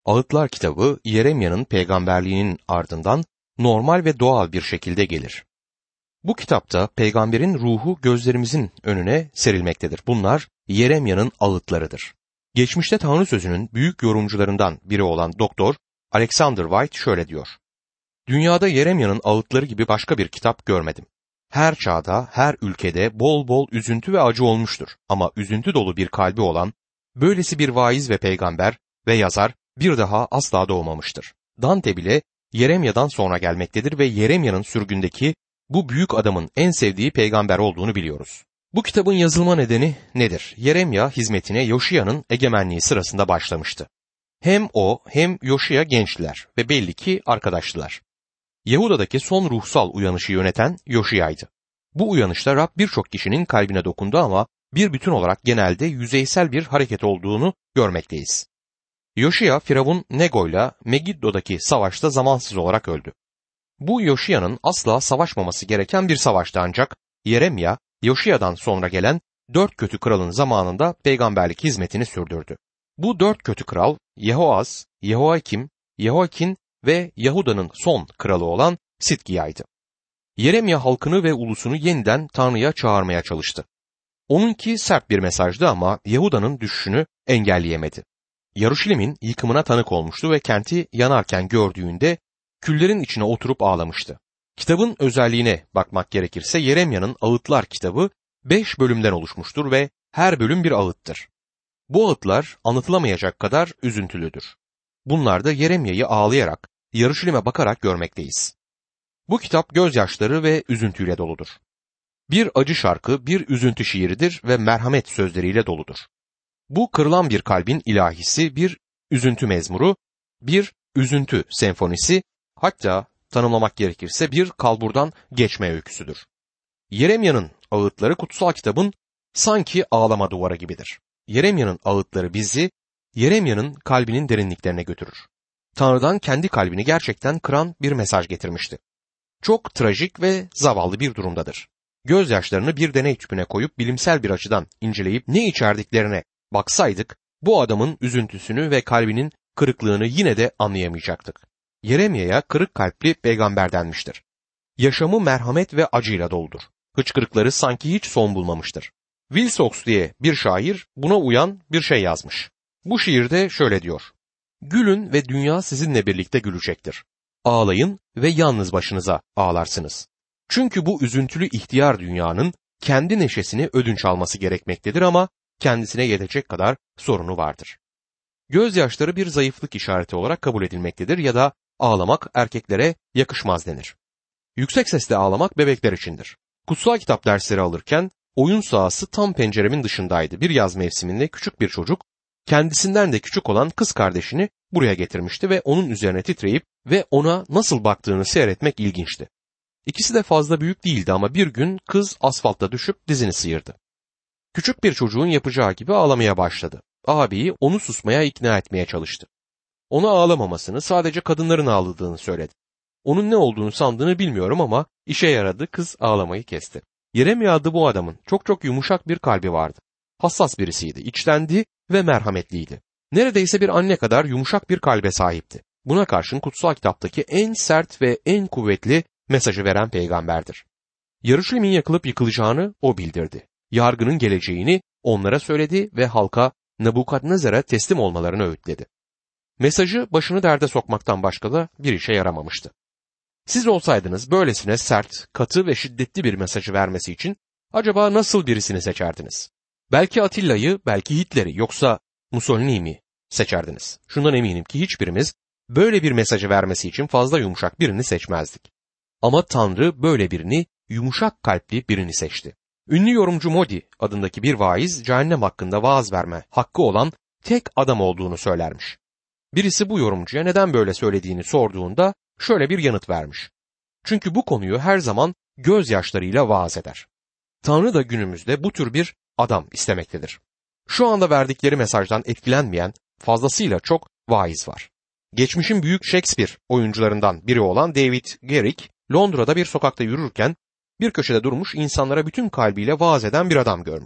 Ağıtlar kitabı Yeremya'nın peygamberliğinin ardından normal ve doğal bir şekilde gelir. Bu kitapta peygamberin ruhu gözlerimizin önüne serilmektedir. Bunlar Yeremya'nın ağıtlarıdır. Geçmişte Tanrı sözünün büyük yorumcularından biri olan Doktor Alexander White şöyle diyor: Dünyada Yeremya'nın ağıtları gibi başka bir kitap görmedim. Her çağda, her ülkede bol bol üzüntü ve acı olmuştur. Ama üzüntü dolu bir kalbi olan, böylesi bir vaiz ve peygamber ve yazar bir daha asla doğmamıştır. Dante bile Yeremya'dan sonra gelmektedir ve Yeremya'nın sürgündeki bu büyük adamın en sevdiği peygamber olduğunu biliyoruz. Bu kitabın yazılma nedeni nedir? Yeremya hizmetine Yoşiya'nın egemenliği sırasında başlamıştı. Hem o hem Yoşiya gençtiler ve belli ki arkadaştılar. Yahuda'daki son ruhsal uyanışı yöneten Yoşiya'ydı. Bu uyanışta Rab birçok kişinin kalbine dokundu ama bir bütün olarak genelde yüzeysel bir hareket olduğunu görmekteyiz. Yoşiya, Firavun Nego'yla Megiddo'daki savaşta zamansız olarak öldü. Bu Yoşiya'nın asla savaşmaması gereken bir savaştı ancak Yeremya, Yoşiya'dan sonra gelen 4 kötü kralın zamanında peygamberlik hizmetini sürdürdü. Bu 4 kötü kral Yehoaz, Yehoakim, Yehoakin ve Yahuda'nın son kralı olan Sitkiya'ydı. Yeremya halkını ve ulusunu yeniden Tanrı'ya çağırmaya çalıştı. Onunki sert bir mesajdı ama Yahuda'nın düşüşünü engelleyemedi. Yaruşilim'in yıkımına tanık olmuştu ve kenti yanarken gördüğünde küllerin içine oturup ağlamıştı. Kitabın özelliğine bakmak gerekirse Yeremya'nın Ağıtlar kitabı 5 bölümden oluşmuştur ve her bölüm bir ağıttır. Bu ağıtlar anlatılamayacak kadar üzüntülüdür. Bunlarda Yeremya'yı ağlayarak, Yaruşilim'e bakarak görmekteyiz. Bu kitap gözyaşları ve üzüntüyle doludur. Bir acı şarkı, bir üzüntü şiiridir ve merhamet sözleriyle doludur. Bu kırılan bir kalbin ilahisi, bir üzüntü mezmuru, bir üzüntü senfonisi, hatta tanımlamak gerekirse bir kalburdan geçme öyküsüdür. Yeremya'nın ağıtları kutsal kitabın sanki ağlama duvarı gibidir. Yeremya'nın ağıtları bizi Yeremya'nın kalbinin derinliklerine götürür. Tanrı'dan kendi kalbini gerçekten kıran bir mesaj getirmişti. Çok trajik ve zavallı bir durumdadır. Gözyaşlarını bir deney tüpüne koyup bilimsel bir açıdan inceleyip ne içerdiklerine baksaydık, bu adamın üzüntüsünü ve kalbinin kırıklığını yine de anlayamayacaktık. Yeremya'ya kırık kalpli peygamber denmiştir. Yaşamı merhamet ve acıyla doludur. Hıçkırıkları sanki hiç son bulmamıştır. Wilcox diye bir şair buna uyan bir şey yazmış. Bu şiirde şöyle diyor: Gülün ve dünya sizinle birlikte gülecektir. Ağlayın ve yalnız başınıza ağlarsınız. Çünkü bu üzüntülü ihtiyar dünyanın kendi neşesini ödünç alması gerekmektedir ama kendisine yetecek kadar sorunu vardır. Gözyaşları bir zayıflık işareti olarak kabul edilmektedir ya da ağlamak erkeklere yakışmaz denir. Yüksek sesle ağlamak bebekler içindir. Kutsal kitap dersleri alırken oyun sahası tam penceremin dışındaydı. Bir yaz mevsiminde küçük bir çocuk kendisinden de küçük olan kız kardeşini buraya getirmişti ve onun üzerine titreyip ve ona nasıl baktığını seyretmek ilginçti. İkisi de fazla büyük değildi ama bir gün kız asfaltta düşüp dizini sıyırdı. Küçük bir çocuğun yapacağı gibi ağlamaya başladı. Ağabeyi onu susmaya ikna etmeye çalıştı. Ona ağlamamasını, sadece kadınların ağladığını söyledi. Onun ne olduğunu sandığını bilmiyorum ama işe yaradı, kız ağlamayı kesti. Yeremya adlı bu adamın çok yumuşak bir kalbi vardı. Hassas birisiydi, içtendi ve merhametliydi. Neredeyse bir anne kadar yumuşak bir kalbe sahipti. Buna karşın kutsal kitaptaki en sert ve en kuvvetli mesajı veren peygamberdir. Yaruşilim'in yakılıp yıkılacağını o bildirdi. Yargının geleceğini onlara söyledi ve halka Nebukadnezar'a teslim olmalarını öğütledi. Mesajı başını derde sokmaktan başka da bir işe yaramamıştı. Siz olsaydınız böylesine sert, katı ve şiddetli bir mesajı vermesi için acaba nasıl birisini seçerdiniz? Belki Atilla'yı, belki Hitler'i, yoksa Mussolini'yi mi seçerdiniz? Şundan eminim ki hiçbirimiz böyle bir mesajı vermesi için fazla yumuşak birini seçmezdik. Ama Tanrı böyle birini, yumuşak kalpli birini seçti. Ünlü yorumcu Modi adındaki bir vaiz cehennem hakkında vaaz verme hakkı olan tek adam olduğunu söylermiş. Birisi bu yorumcuya neden böyle söylediğini sorduğunda şöyle bir yanıt vermiş. Çünkü bu konuyu her zaman gözyaşlarıyla vaaz eder. Tanrı da günümüzde bu tür bir adam istemektedir. Şu anda verdikleri mesajdan etkilenmeyen fazlasıyla çok vaiz var. Geçmişin büyük Shakespeare oyuncularından biri olan David Garrick, Londra'da bir sokakta yürürken bir köşede durmuş insanlara bütün kalbiyle vaaz eden bir adam görmüş.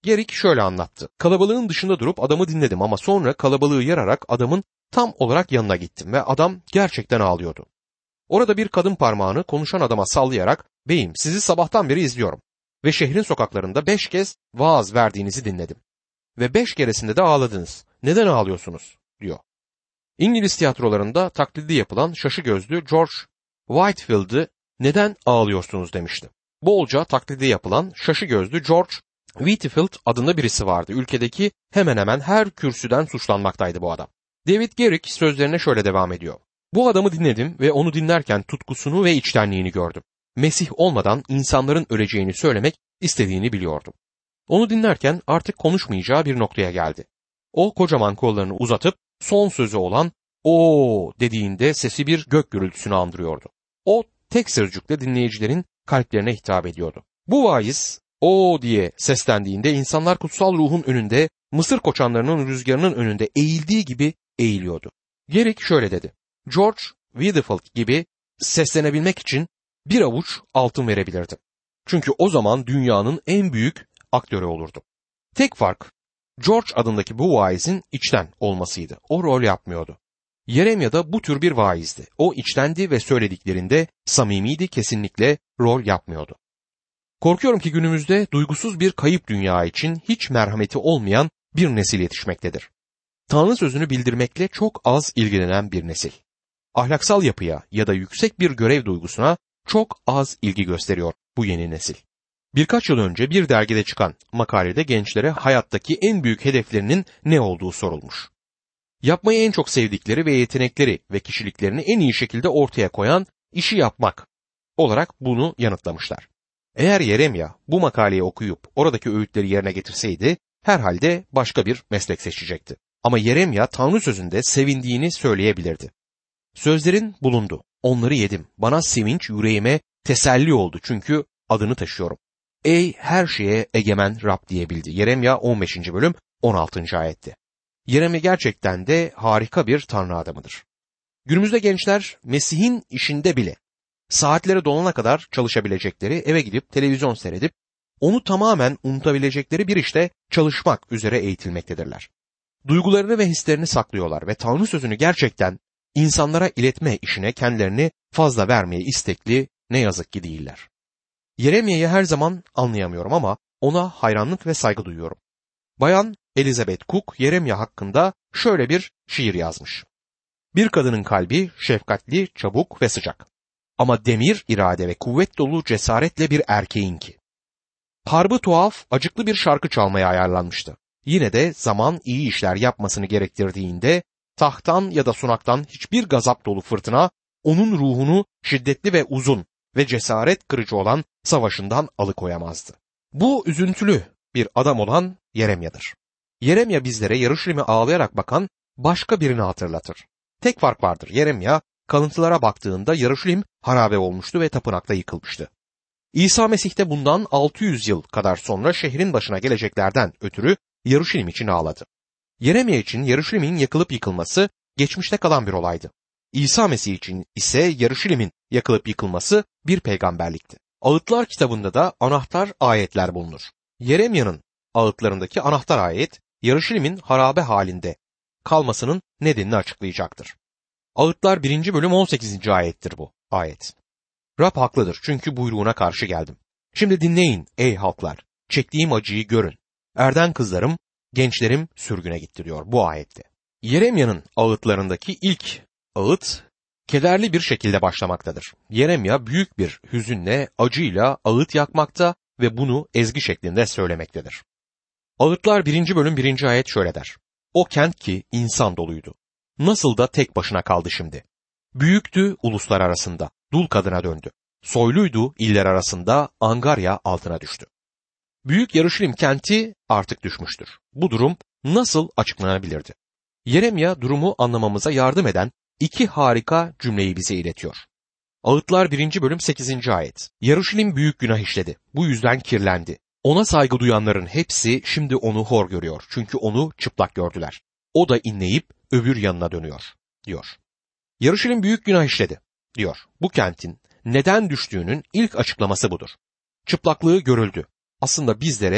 Gerik şöyle anlattı. Kalabalığın dışında durup adamı dinledim ama sonra kalabalığı yararak adamın tam olarak yanına gittim ve adam gerçekten ağlıyordu. Orada bir kadın parmağını konuşan adama sallayarak, "Beyim, sizi sabahtan beri izliyorum ve şehrin sokaklarında 5 kez vaaz verdiğinizi dinledim. Ve 5 keresinde de ağladınız. Neden ağlıyorsunuz?" diyor. İngiliz tiyatrolarında taklidi yapılan şaşı gözlü George Whitefield'ı "Neden ağlıyorsunuz?" demişti. Bolca taklidi yapılan şaşı gözlü George Whitefield adında birisi vardı. Ülkedeki hemen hemen her kürsüden suçlanmaktaydı bu adam. David Garrick sözlerine şöyle devam ediyor. "Bu adamı dinledim ve onu dinlerken tutkusunu ve içtenliğini gördüm. Mesih olmadan insanların öleceğini söylemek istediğini biliyordum. Onu dinlerken artık konuşmayacağı bir noktaya geldi. O kocaman kollarını uzatıp son sözü olan "o" dediğinde sesi bir gök gürültüsünü andırıyordu. O tek sözcükle dinleyicilerin kalplerine hitap ediyordu. Bu vaiz "o" diye seslendiğinde insanlar kutsal ruhun önünde, Mısır koçanlarının rüzgarının önünde eğildiği gibi eğiliyordu. Garrick şöyle dedi. George Whitefield gibi seslenebilmek için bir avuç altın verebilirdim. Çünkü o zaman dünyanın en büyük aktörü olurdu. Tek fark George adındaki bu vaizin içten olmasıydı. O rol yapmıyordu. Yeremya da bu tür bir vaizdi. O içtendi ve söylediklerinde samimiydi, kesinlikle rol yapmıyordu. Korkuyorum ki günümüzde duygusuz bir kayıp dünya için hiç merhameti olmayan bir nesil yetişmektedir. Tanrı sözünü bildirmekle çok az ilgilenen bir nesil. Ahlaksal yapıya ya da yüksek bir görev duygusuna çok az ilgi gösteriyor bu yeni nesil. Birkaç yıl önce bir dergide çıkan makalede gençlere hayattaki en büyük hedeflerinin ne olduğu sorulmuş. Yapmayı en çok sevdikleri ve yetenekleri ve kişiliklerini en iyi şekilde ortaya koyan işi yapmak olarak bunu yanıtlamışlar. Eğer Yeremya bu makaleyi okuyup oradaki öğütleri yerine getirseydi herhalde başka bir meslek seçecekti. Ama Yeremya Tanrı sözünde sevindiğini söyleyebilirdi. Sözlerin bulundu, onları yedim, bana sevinç yüreğime teselli oldu çünkü adını taşıyorum. Ey her şeye egemen Rab diyebildi. Yeremya 15. bölüm 16. ayette. Yeremya gerçekten de harika bir Tanrı adamıdır. Günümüzde gençler Mesih'in işinde bile saatlere dolana kadar çalışabilecekleri, eve gidip televizyon seyredip onu tamamen unutabilecekleri bir işte çalışmak üzere eğitilmektedirler. Duygularını ve hislerini saklıyorlar ve Tanrı sözünü gerçekten insanlara iletme işine kendilerini fazla vermeye istekli ne yazık ki değiller. Yeremya'yı her zaman anlayamıyorum ama ona hayranlık ve saygı duyuyorum. Bayan Elizabeth Cook Yeremya hakkında şöyle bir şiir yazmış. Bir kadının kalbi şefkatli, çabuk ve sıcak. Ama demir, irade ve kuvvet dolu cesaretle bir erkeğinki. Harbı tuhaf, acıklı bir şarkı çalmaya ayarlanmıştı. Yine de zaman iyi işler yapmasını gerektirdiğinde tahttan ya da sunaktan hiçbir gazap dolu fırtına onun ruhunu şiddetli ve uzun ve cesaret kırıcı olan savaşından alıkoyamazdı. Bu üzüntülü bir adam olan Yeremya'dır. Yeremya bizlere Yarışilim'e ağlayarak bakan başka birini hatırlatır. Tek fark vardır. Yeremya kalıntılara baktığında Yarışilim harabe olmuştu ve tapınakta yıkılmıştı. İsa Mesih de bundan 600 yıl kadar sonra şehrin başına geleceklerden ötürü Yarışilim için ağladı. Yeremya için Yarışilim'in yakılıp yıkılması geçmişte kalan bir olaydı. İsa Mesih için ise Yarışilim'in yakılıp yıkılması bir peygamberlikti. Ağıtlar kitabında da anahtar ayetler bulunur. Yeremya'nın ağıtlarındaki anahtar ayet Yarışilim'in harabe halinde kalmasının nedenini açıklayacaktır. Ağıtlar 1. bölüm 18. ayettir bu ayet. Rab haklıdır çünkü buyruğuna karşı geldim. Şimdi dinleyin ey halklar, çektiğim acıyı görün. Erden kızlarım, gençlerim sürgüne gitti diyor bu ayette. Yeremya'nın ağıtlarındaki ilk ağıt kederli bir şekilde başlamaktadır. Yeremya büyük bir hüzünle, acıyla ağıt yakmakta ve bunu ezgi şeklinde söylemektedir. Ağıtlar 1. bölüm 1. ayet şöyle der. O kent ki insan doluydu. Nasıl da tek başına kaldı şimdi. Büyüktü uluslar arasında, dul kadına döndü. Soyluydu iller arasında, angarya altına düştü. Büyük Yarışilim kenti artık düşmüştür. Bu durum nasıl açıklanabilirdi? Yeremya durumu anlamamıza yardım eden iki harika cümleyi bize iletiyor. Ağıtlar 1. bölüm 8. ayet. Yarışilim büyük günah işledi. Bu yüzden kirlendi. Ona saygı duyanların hepsi şimdi onu hor görüyor. Çünkü onu çıplak gördüler. O da inleyip öbür yanına dönüyor, diyor. Yarışilim büyük günah işledi, diyor. Bu kentin neden düştüğünün ilk açıklaması budur. Çıplaklığı görüldü. Aslında bizlere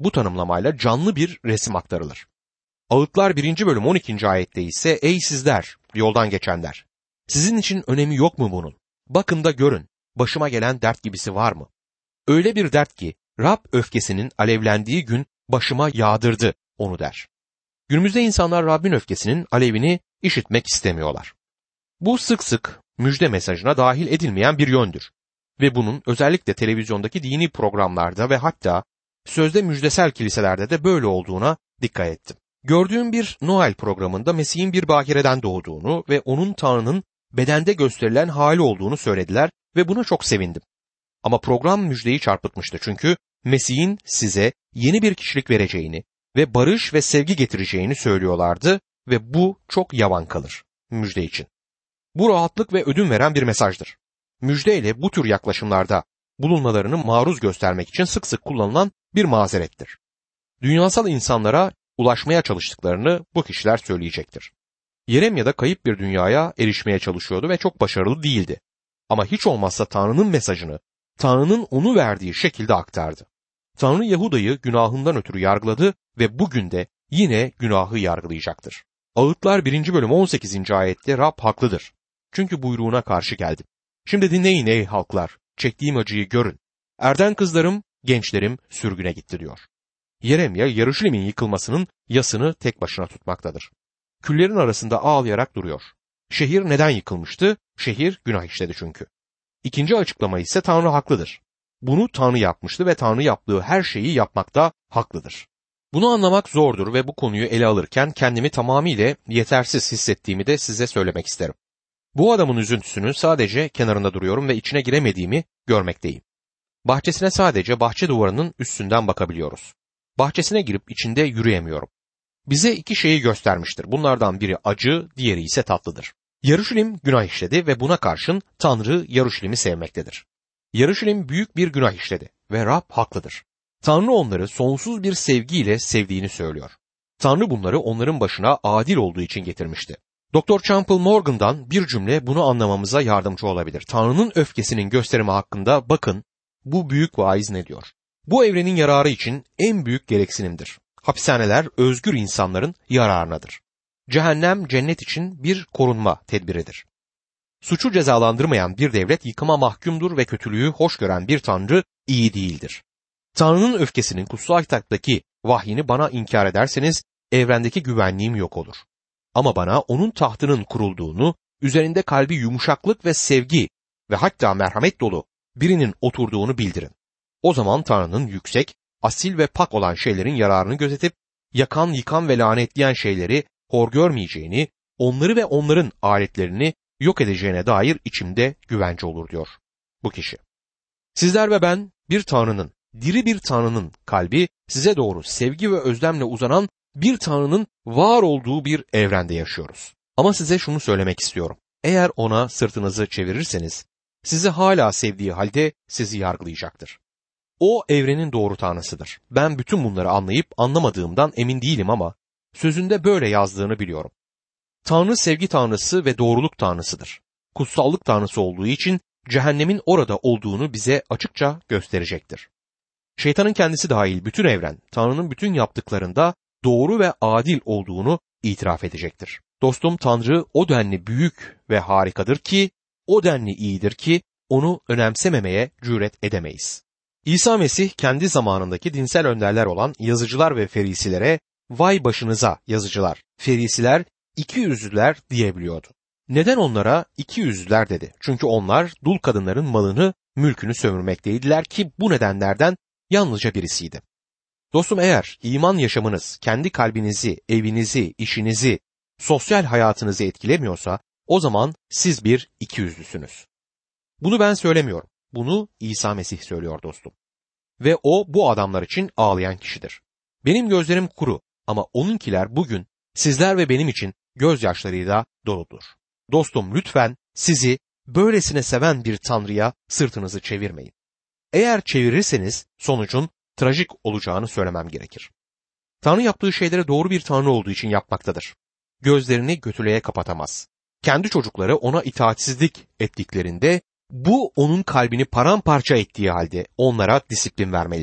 bu tanımlamayla canlı bir resim aktarılır. Ağıtlar 1. bölüm 12. ayette ise ey sizler yoldan geçenler, sizin için önemi yok mu bunun? Bakın da görün, başıma gelen dert gibisi var mı? Öyle bir dert ki Rab öfkesinin alevlendiği gün başıma yağdırdı onu der. Günümüzde insanlar Rabbin öfkesinin alevini işitmek istemiyorlar. Bu sık sık müjde mesajına dahil edilmeyen bir yöndür. Ve bunun özellikle televizyondaki dini programlarda ve hatta sözde müjdesel kiliselerde de böyle olduğuna dikkat ettim. Gördüğüm bir Noel programında Mesih'in bir bakireden doğduğunu ve onun Tanrı'nın bedende gösterilen hali olduğunu söylediler ve buna çok sevindim. Ama program müjdeyi çarpıtmıştı çünkü Mesih'in size yeni bir kişilik vereceğini ve barış ve sevgi getireceğini söylüyorlardı ve bu çok yavan kalır müjde için. Bu rahatlık ve ödün veren bir mesajdır. Müjdeyle bu tür yaklaşımlarda bulunmalarını maruz göstermek için sık sık kullanılan bir mazerettir. Dünyasal insanlara ulaşmaya çalıştıklarını bu kişiler söyleyecektir. Yeremya da kayıp bir dünyaya erişmeye çalışıyordu ve çok başarılı değildi. Ama hiç olmazsa Tanrı'nın mesajını, Tanrı'nın onu verdiği şekilde aktardı. Tanrı Yahuda'yı günahından ötürü yargıladı ve bugün de yine günahı yargılayacaktır. Ağıtlar 1. bölüm 18. ayette Rab haklıdır. Çünkü buyruğuna karşı geldim. Şimdi dinleyin ey halklar, çektiğim acıyı görün. Erden kızlarım, gençlerim sürgüne gitti diyor. Yeremya, Yaruşilim'in yıkılmasının yasını tek başına tutmaktadır. Küllerin arasında ağlayarak duruyor. Şehir neden yıkılmıştı? Şehir günah işledi çünkü. İkinci açıklama ise Tanrı haklıdır. Bunu Tanrı yapmıştı ve Tanrı yaptığı her şeyi yapmakta haklıdır. Bunu anlamak zordur ve bu konuyu ele alırken kendimi tamamıyla yetersiz hissettiğimi de size söylemek isterim. Bu adamın üzüntüsünün sadece kenarında duruyorum ve içine giremediğimi görmekteyim. Bahçesine sadece bahçe duvarının üstünden bakabiliyoruz. Bahçesine girip içinde yürüyemiyorum. Bize iki şeyi göstermiştir. Bunlardan biri acı, diğeri ise tatlıdır. Yaruşilim günah işledi ve buna karşın Tanrı Yaruşilim'i sevmektedir. Yaruşilim büyük bir günah işledi ve Rab haklıdır. Tanrı onları sonsuz bir sevgiyle sevdiğini söylüyor. Tanrı bunları onların başına adil olduğu için getirmişti. Dr. Campbell Morgan'dan bir cümle bunu anlamamıza yardımcı olabilir. Tanrı'nın öfkesinin gösterimi hakkında bakın bu büyük vaiz ne diyor? Bu evrenin yararı için en büyük gereksinimdir. Hapishaneler özgür insanların yararınadır. Cehennem cennet için bir korunma tedbiridir. Suçu cezalandırmayan bir devlet yıkıma mahkumdur ve kötülüğü hoş gören bir tanrı iyi değildir. Tanrı'nın öfkesinin kutsal kitaptaki vahyini bana inkar ederseniz evrendeki güvenliğim yok olur. Ama bana onun tahtının kurulduğunu, üzerinde kalbi yumuşaklık ve sevgi ve hatta merhamet dolu birinin oturduğunu bildirin. O zaman Tanrı'nın yüksek, asil ve pak olan şeylerin yararını gözetip, yakan, yıkan ve lanetleyen şeyleri hor görmeyeceğini, onları ve onların aletlerini yok edeceğine dair içimde güvence olur diyor bu kişi. Sizler ve ben bir Tanrı'nın, diri bir Tanrı'nın kalbi size doğru sevgi ve özlemle uzanan bir Tanrı'nın var olduğu bir evrende yaşıyoruz. Ama size şunu söylemek istiyorum. Eğer ona sırtınızı çevirirseniz, sizi hala sevdiği halde sizi yargılayacaktır. O evrenin doğru Tanrısıdır. Ben bütün bunları anlayıp anlamadığımdan emin değilim ama sözünde böyle yazdığını biliyorum. Tanrı sevgi Tanrısı ve doğruluk Tanrısıdır. Kutsallık Tanrısı olduğu için cehennemin orada olduğunu bize açıkça gösterecektir. Şeytanın kendisi dahil bütün evren, Tanrı'nın bütün yaptıklarında doğru ve adil olduğunu itiraf edecektir. Dostum, Tanrı o denli büyük ve harikadır ki, o denli iyidir ki onu önemsememeye cüret edemeyiz. İsa Mesih kendi zamanındaki dinsel önderler olan yazıcılar ve ferisilere vay başınıza yazıcılar, ferisiler, ikiyüzlüler diyebiliyordu. Neden onlara ikiyüzlüler dedi? Çünkü onlar dul kadınların malını, mülkünü sömürmekteydiler ki bu nedenlerden yalnızca birisiydi. Dostum, eğer iman yaşamınız kendi kalbinizi, evinizi, işinizi, sosyal hayatınızı etkilemiyorsa o zaman siz bir ikiyüzlüsünüz. Bunu ben söylemiyorum. Bunu İsa Mesih söylüyor dostum. Ve o bu adamlar için ağlayan kişidir. Benim gözlerim kuru ama onunkiler bugün sizler ve benim için gözyaşlarıyla doludur. Dostum, lütfen sizi böylesine seven bir Tanrı'ya sırtınızı çevirmeyin. Eğer çevirirseniz sonucun trajik olacağını söylemem gerekir. Tanrı yaptığı şeylere doğru bir Tanrı olduğu için yapmaktadır. Gözlerini kötülüğe kapatamaz. Kendi çocukları ona itaatsizlik ettiklerinde bu onun kalbini paramparça ettiği halde onlara disiplin vermelidir.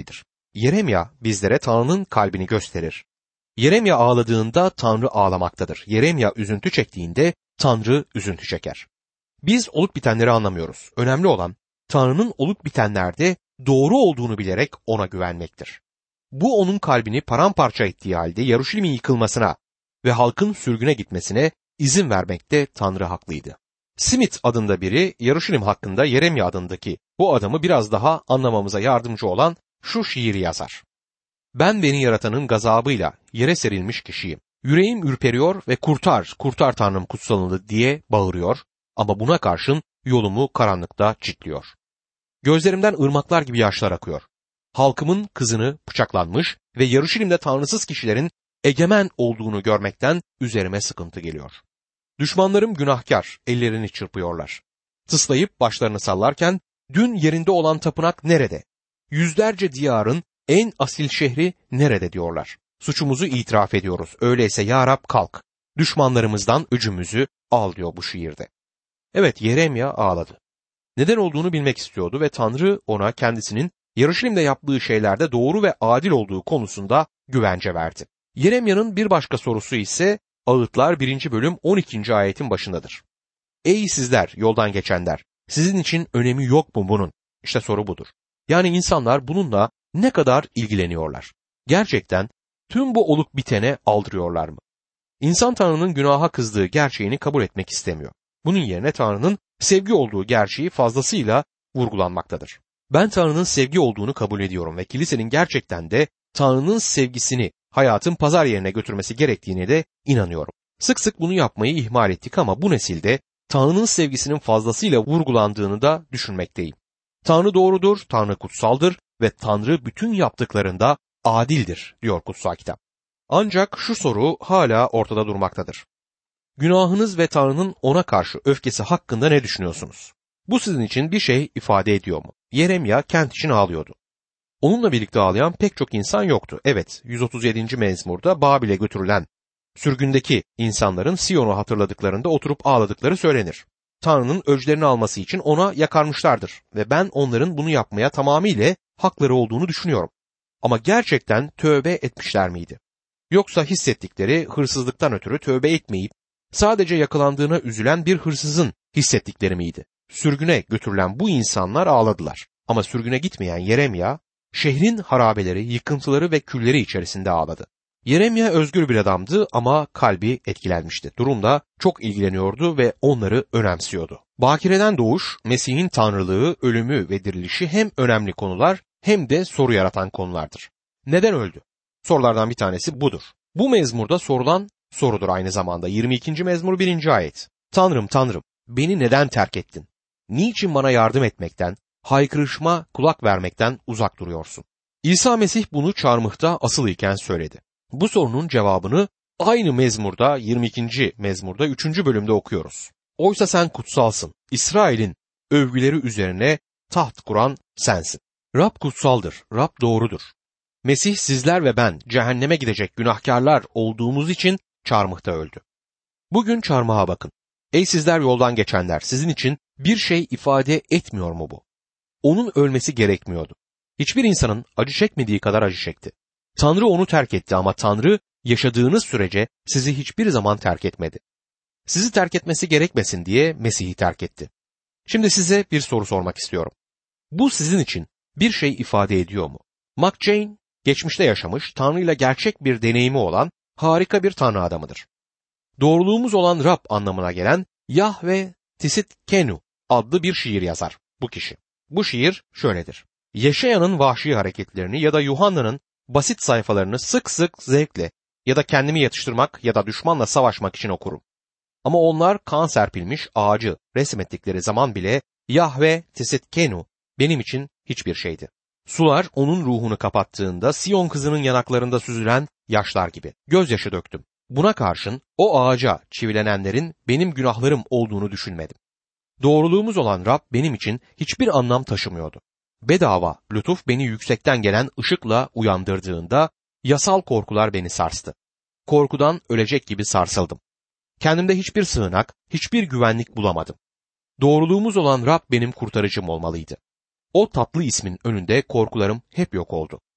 Yeremya bizlere Tanrı'nın kalbini gösterir. Yeremya ağladığında Tanrı ağlamaktadır. Yeremya üzüntü çektiğinde Tanrı üzüntü çeker. Biz olup bitenleri anlamıyoruz. Önemli olan Tanrı'nın olup bitenlerde doğru olduğunu bilerek ona güvenmektir. Bu onun kalbini paramparça ettiği halde Yaruşilim'in yıkılmasına ve halkın sürgüne gitmesine izin vermekte Tanrı haklıydı. Smith adında biri Yaruşilim hakkında Yeremya adındaki bu adamı biraz daha anlamamıza yardımcı olan şu şiiri yazar. Ben beni yaratanın gazabıyla yere serilmiş kişiyim. Yüreğim ürperiyor ve kurtar, kurtar Tanrım kutsalını diye bağırıyor ama buna karşın yolumu karanlıkta çitliyor. Gözlerimden ırmaklar gibi yaşlar akıyor. Halkımın kızını bıçaklanmış ve Yaruşilim'de tanrısız kişilerin egemen olduğunu görmekten üzerime sıkıntı geliyor. Düşmanlarım günahkar, ellerini çırpıyorlar. Tıslayıp başlarını sallarken, dün yerinde olan tapınak nerede? Yüzlerce diyarın en asil şehri nerede diyorlar. Suçumuzu itiraf ediyoruz. Öyleyse ya Rab kalk. Düşmanlarımızdan öcümüzü al diyor bu şiirde. Evet, Yeremya ağladı. Neden olduğunu bilmek istiyordu ve Tanrı ona kendisinin Yaruşilim'de yaptığı şeylerde doğru ve adil olduğu konusunda güvence verdi. Yeremya'nın bir başka sorusu ise Ağıtlar 1. bölüm 12. ayetin başındadır. Ey sizler yoldan geçenler, sizin için önemi yok mu bunun? İşte soru budur. Yani insanlar bununla ne kadar ilgileniyorlar? Gerçekten tüm bu olup bitene aldırıyorlar mı? İnsan Tanrı'nın günaha kızdığı gerçeğini kabul etmek istemiyor. Bunun yerine Tanrı'nın sevgi olduğu gerçeği fazlasıyla vurgulanmaktadır. Ben Tanrı'nın sevgi olduğunu kabul ediyorum ve kilisenin gerçekten de Tanrı'nın sevgisini hayatın pazar yerine götürmesi gerektiğine de inanıyorum. Sık sık bunu yapmayı ihmal ettik ama bu nesilde Tanrı'nın sevgisinin fazlasıyla vurgulandığını da düşünmekteyim. Tanrı doğrudur, Tanrı kutsaldır ve Tanrı bütün yaptıklarında adildir diyor kutsal kitap. Ancak şu soru hala ortada durmaktadır. Günahınız ve Tanrı'nın ona karşı öfkesi hakkında ne düşünüyorsunuz? Bu sizin için bir şey ifade ediyor mu? Yeremya kent için ağlıyordu. Onunla birlikte ağlayan pek çok insan yoktu. Evet, 137. mezmurda Babil'e götürülen sürgündeki insanların Siyon'u hatırladıklarında oturup ağladıkları söylenir. Tanrı'nın öclerini alması için ona yakarmışlardır ve ben onların bunu yapmaya tamamıyla hakları olduğunu düşünüyorum. Ama gerçekten tövbe etmişler miydi? Yoksa hissettikleri hırsızlıktan ötürü tövbe etmeyip sadece yakalandığına üzülen bir hırsızın hissettikleri miydi? Sürgüne götürülen bu insanlar ağladılar. Ama sürgüne gitmeyen Yeremya, şehrin harabeleri, yıkıntıları ve külleri içerisinde ağladı. Yeremya özgür bir adamdı ama kalbi etkilenmişti. Durumla çok ilgileniyordu ve onları önemsiyordu. Bakireden doğuş, Mesih'in tanrılığı, ölümü ve dirilişi hem önemli konular hem de soru yaratan konulardır. Neden öldü? Sorulardan bir tanesi budur. Bu mezmurda sorulan sorudur aynı zamanda. 22. mezmur 1. ayet. Tanrım, Tanrım, beni neden terk ettin? Niçin bana yardım etmekten, haykırışma kulak vermekten uzak duruyorsun? İsa Mesih bunu çarmıhta asılı iken söyledi. Bu sorunun cevabını aynı mezmurda 22. mezmurda 3. bölümde okuyoruz. Oysa sen kutsalsın. İsrail'in övgüleri üzerine taht kuran sensin. Rab kutsaldır. Rab doğrudur. Mesih sizler ve ben cehenneme gidecek günahkarlar olduğumuz için çarmıhta öldü. Bugün çarmıha bakın. Ey sizler yoldan geçenler, sizin için bir şey ifade etmiyor mu bu? Onun ölmesi gerekmiyordu. Hiçbir insanın acı çekmediği kadar acı çekti. Tanrı onu terk etti ama Tanrı yaşadığınız sürece sizi hiçbir zaman terk etmedi. Sizi terk etmesi gerekmesin diye Mesih'i terk etti. Şimdi size bir soru sormak istiyorum. Bu sizin için bir şey ifade ediyor mu? McChain geçmişte yaşamış, Tanrı ile gerçek bir deneyimi olan harika bir Tanrı adamıdır. Doğruluğumuz olan Rab anlamına gelen Yahve Tisitkenu adlı bir şiir yazar bu kişi. Bu şiir şöyledir. Yeşaya'nın vahşi hareketlerini ya da Yuhanna'nın basit sayfalarını sık sık zevkle ya da kendimi yatıştırmak ya da düşmanla savaşmak için okurum. Ama onlar kan serpilmiş ağacı resmettikleri zaman bile Yahve Tisitkenu benim için hiçbir şeydi. Sular onun ruhunu kapattığında Siyon kızının yanaklarında süzülen yaşlar gibi. Gözyaşı döktüm. Buna karşın o ağaca çivilenenlerin benim günahlarım olduğunu düşünmedim. Doğruluğumuz olan Rab benim için hiçbir anlam taşımıyordu. Bedava lütuf beni yüksekten gelen ışıkla uyandırdığında yasal korkular beni sarstı. Korkudan ölecek gibi sarsıldım. Kendimde hiçbir sığınak, hiçbir güvenlik bulamadım. Doğruluğumuz olan Rab benim kurtarıcım olmalıydı. O tatlı ismin önünde korkularım hep yok oldu.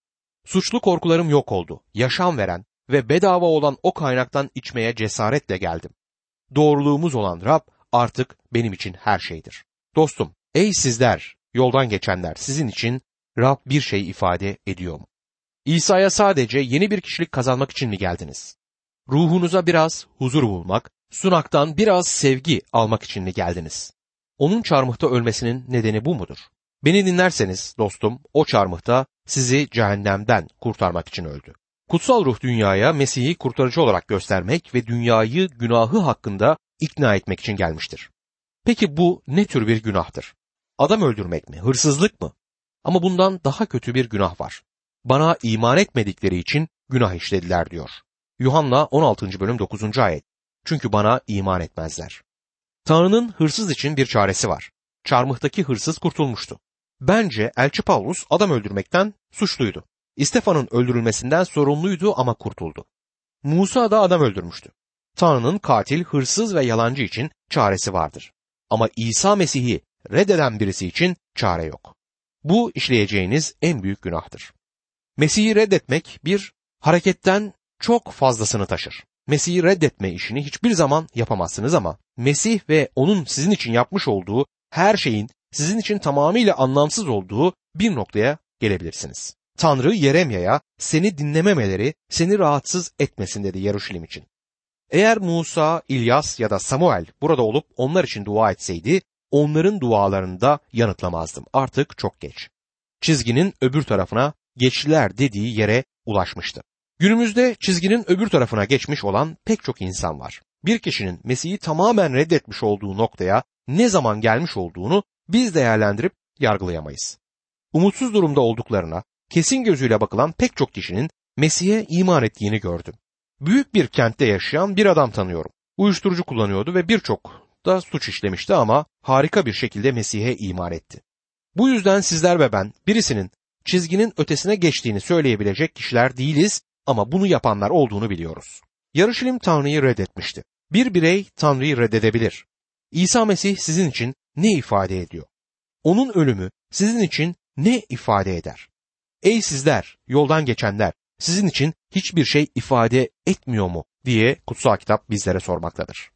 Suçlu korkularım yok oldu. Yaşam veren ve bedava olan o kaynaktan içmeye cesaretle geldim. Doğruluğumuz olan Rab artık benim için her şeydir. Dostum, ey sizler, yoldan geçenler, sizin için Rab bir şey ifade ediyor mu? İsa'ya sadece yeni bir kişilik kazanmak için mi geldiniz? Ruhunuza biraz huzur bulmak, sunaktan biraz sevgi almak için mi geldiniz? Onun çarmıhta ölmesinin nedeni bu mudur? Beni dinlerseniz dostum, o çarmıhta sizi cehennemden kurtarmak için öldü. Kutsal ruh dünyaya Mesih'i kurtarıcı olarak göstermek ve dünyayı günahı hakkında ikna etmek için gelmiştir. Peki bu ne tür bir günahtır? Adam öldürmek mi? Hırsızlık mı? Ama bundan daha kötü bir günah var. Bana iman etmedikleri için günah işlediler diyor. Yuhanna 16. bölüm 9. ayet. Çünkü bana iman etmezler. Tanrı'nın hırsız için bir çaresi var. Çarmıhtaki hırsız kurtulmuştu. Bence Elçi Pavlus adam öldürmekten suçluydu. İstefan'ın öldürülmesinden sorumluydu ama kurtuldu. Musa da adam öldürmüştü. Tanrı'nın katil, hırsız ve yalancı için çaresi vardır. Ama İsa Mesih'i reddeden birisi için çare yok. Bu işleyeceğiniz en büyük günahtır. Mesih'i reddetmek bir hareketten çok fazlasını taşır. Mesih'i reddetme işini hiçbir zaman yapamazsınız ama Mesih ve onun sizin için yapmış olduğu her şeyin sizin için tamamıyla anlamsız olduğu bir noktaya gelebilirsiniz. Tanrı Yeremya'ya seni dinlememeleri seni rahatsız etmesin dedi Yeruşalim için. Eğer Musa, İlyas ya da Samuel burada olup onlar için dua etseydi onların dualarını da yanıtlamazdım. Artık çok geç. Çizginin öbür tarafına geçtiler dediği yere ulaşmıştı. Günümüzde çizginin öbür tarafına geçmiş olan pek çok insan var. Bir kişinin Mesih'i tamamen reddetmiş olduğu noktaya ne zaman gelmiş olduğunu biz değerlendirip yargılayamayız. Umutsuz durumda olduklarına kesin gözüyle bakılan pek çok kişinin Mesih'e iman ettiğini gördüm. Büyük bir kentte yaşayan bir adam tanıyorum. Uyuşturucu kullanıyordu ve birçok da suç işlemişti ama harika bir şekilde Mesih'e iman etti. Bu yüzden sizler ve ben birisinin çizginin ötesine geçtiğini söyleyebilecek kişiler değiliz ama bunu yapanlar olduğunu biliyoruz. Yeruşalim Tanrı'yı reddetmişti. Bir birey Tanrı'yı reddedebilir. İsa Mesih sizin için ne ifade ediyor? Onun ölümü sizin için ne ifade eder? Ey sizler, yoldan geçenler, sizin için hiçbir şey ifade etmiyor mu diye kutsal kitap bizlere sormaktadır.